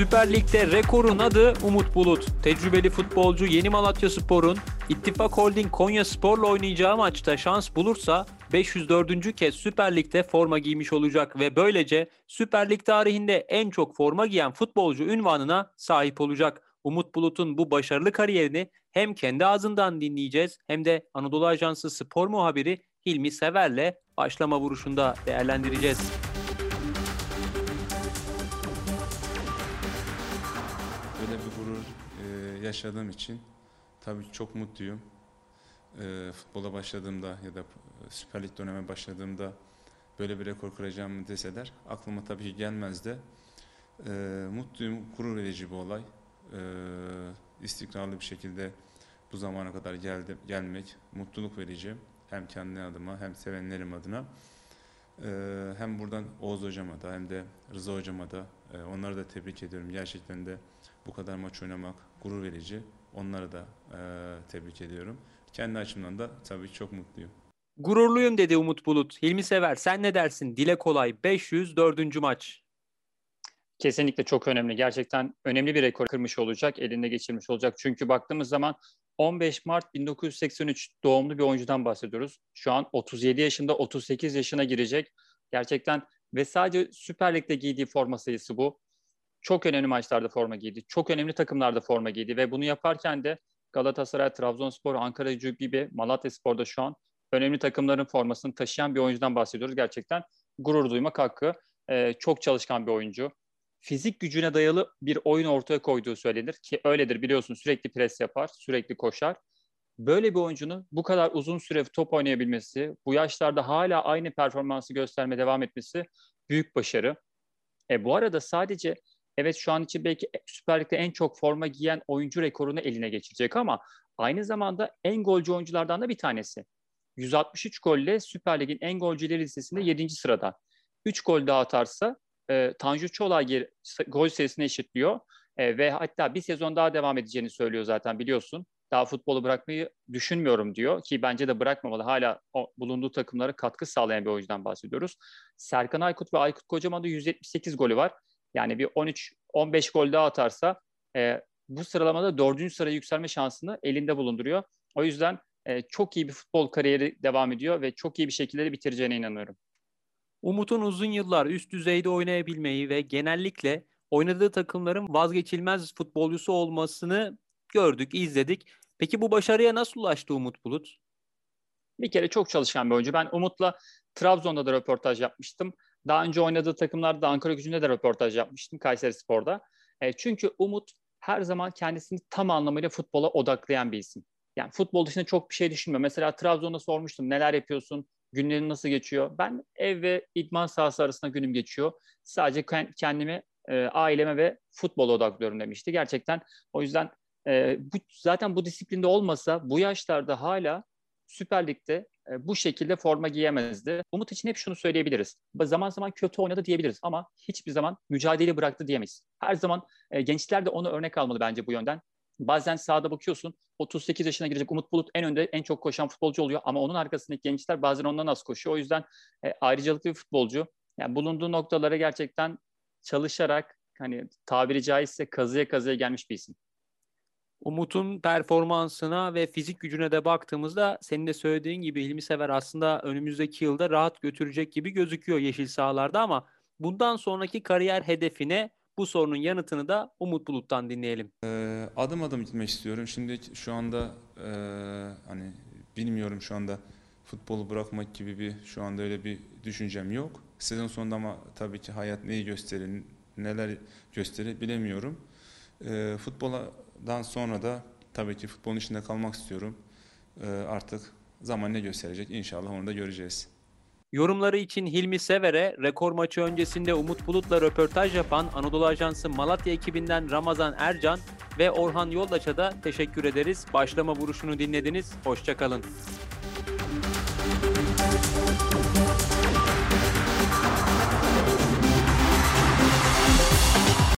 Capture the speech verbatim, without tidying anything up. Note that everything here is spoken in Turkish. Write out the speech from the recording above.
Süper Lig'de rekorun adı Umut Bulut. Tecrübeli futbolcu Yeni Malatyaspor'un İttifak Holding Konyaspor'la oynayacağı maçta şans bulursa beş yüz dördüncü kez Süper Lig'de forma giymiş olacak ve böylece Süper Lig tarihinde en çok forma giyen futbolcu unvanına sahip olacak. Umut Bulut'un bu başarılı kariyerini hem kendi ağzından dinleyeceğiz hem de Anadolu Ajansı spor muhabiri Hilmi Sever'le başlama vuruşunda değerlendireceğiz. Böyle bir gurur e, yaşadığım için tabii çok mutluyum. E, futbola başladığımda ya da Süper Lig döneme başladığımda böyle bir rekor kıracağımı deseler aklıma tabii ki gelmezdi. E, mutluyum, gurur verici bir olay. E, istikrarlı bir şekilde bu zamana kadar geldi, gelmek mutluluk verici. Hem kendi adıma hem sevenlerim adına. E, hem buradan Oğuz hocama da hem de Rıza hocama da e, onları da tebrik ediyorum. Gerçekten de bu kadar maç oynamak gurur verici. Onları da e, tebrik ediyorum. Kendi açımdan da tabii çok mutluyum. Gururluyum dedi Umut Bulut. Hilmi Sever, sen ne dersin? Dile kolay beş yüz dördüncü maç. Kesinlikle çok önemli. Gerçekten önemli bir rekor kırmış olacak, elinde geçirmiş olacak. Çünkü baktığımız zaman on beş Mart bin dokuz yüz seksen üç doğumlu bir oyuncudan bahsediyoruz. Şu an otuz yedi yaşında, otuz sekiz yaşına girecek. Gerçekten ve sadece Süper Lig'de giydiği forma sayısı bu. Çok önemli maçlarda forma giydi. Çok önemli takımlarda forma giydi ve bunu yaparken de Galatasaray, Trabzonspor, Ankaragücü gibi Malatyaspor'da şu an önemli takımların formasını taşıyan bir oyuncudan bahsediyoruz. Gerçekten gurur duymak hakkı. Ee, çok çalışkan bir oyuncu. Fizik gücüne dayalı bir oyun ortaya koyduğu söylenir ki öyledir, biliyorsun, sürekli pres yapar, sürekli koşar. Böyle bir oyuncunun bu kadar uzun süre top oynayabilmesi, bu yaşlarda hala aynı performansı göstermeye devam etmesi büyük başarı. E, bu arada sadece evet şu an için belki Süper Lig'de en çok forma giyen oyuncu rekorunu eline geçirecek ama aynı zamanda en golcü oyunculardan da bir tanesi. yüz altmış üç golle Süper Lig'in en golcüleri listesinde yedinci sırada. üç gol daha atarsa e, Tanju Çolak gol sayısını eşitliyor e, ve hatta bir sezon daha devam edeceğini söylüyor zaten, biliyorsun. Daha futbolu bırakmayı düşünmüyorum diyor ki bence de bırakmamalı. Hala o, bulunduğu takımlara katkı sağlayan bir oyuncudan bahsediyoruz. Serkan Aykut ve Aykut Kocaman'da yüz yetmiş sekiz golü var. Yani bir on üç on beş gol daha atarsa e, bu sıralamada dördüncü sıraya yükselme şansını elinde bulunduruyor. O yüzden e, çok iyi bir futbol kariyeri devam ediyor ve çok iyi bir şekilde de bitireceğine inanıyorum. Umut'un uzun yıllar üst düzeyde oynayabilmeyi ve genellikle oynadığı takımların vazgeçilmez futbolcusu olmasını gördük, izledik. Peki bu başarıya nasıl ulaştı Umut Bulut? Bir kere çok çalışkan bir oyuncu. Ben Umut'la Trabzon'da da röportaj yapmıştım. Daha önce oynadığı takımlarda Ankaragücü'nde de röportaj yapmıştım, Kayserispor'da. E, çünkü Umut her zaman kendisini tam anlamıyla futbola odaklayan bir isim. Yani futbol dışında çok bir şey düşünmüyor. Mesela Trabzon'da sormuştum, neler yapıyorsun, günlerin nasıl geçiyor? Ben ev ve idman sahası arasında günüm geçiyor. Sadece kendimi, e, aileme ve futbola odaklıyorum demişti. Gerçekten o yüzden e, bu, zaten bu disiplinde olmasa bu yaşlarda hala Süper Lig'de e, bu şekilde forma giyemezdi. Umut için hep şunu söyleyebiliriz. Zaman zaman kötü oynadı diyebiliriz ama hiçbir zaman mücadele bıraktı diyemeyiz. Her zaman e, gençler de onu örnek almalı bence bu yönden. Bazen sahada bakıyorsun, otuz sekiz yaşına girecek Umut Bulut en önde, en çok koşan futbolcu oluyor ama onun arkasındaki gençler bazen ondan az koşuyor. O yüzden e, ayrıcalıklı bir futbolcu. Yani bulunduğu noktalara gerçekten çalışarak, hani tabiri caizse kazıya kazıya gelmiş bir isim. Umut'un performansına ve fizik gücüne de baktığımızda senin de söylediğin gibi Hilmi Sever aslında önümüzdeki yılda rahat götürecek gibi gözüküyor yeşil sahalarda ama bundan sonraki kariyer hedefine bu sorunun yanıtını da Umut Bulut'tan dinleyelim. Ee, adım adım gitmek istiyorum. Şimdi şu anda e, hani bilmiyorum, şu anda futbolu bırakmak gibi bir şu anda öyle bir düşüncem yok. Sezon sonunda ama tabii ki hayat neyi gösterir, neler gösterir bilemiyorum. E, futboldan sonra da tabii ki futbolun içinde kalmak istiyorum. E, artık zaman ne gösterecek, İnşallah onu da göreceğiz. Yorumları için Hilmi Sever'e, rekor maçı öncesinde Umut Bulut'la röportaj yapan Anadolu Ajansı Malatya ekibinden Ramazan Ercan ve Orhan Yoldaş'a da teşekkür ederiz. Başlama vuruşunu dinlediniz. Hoşça kalın.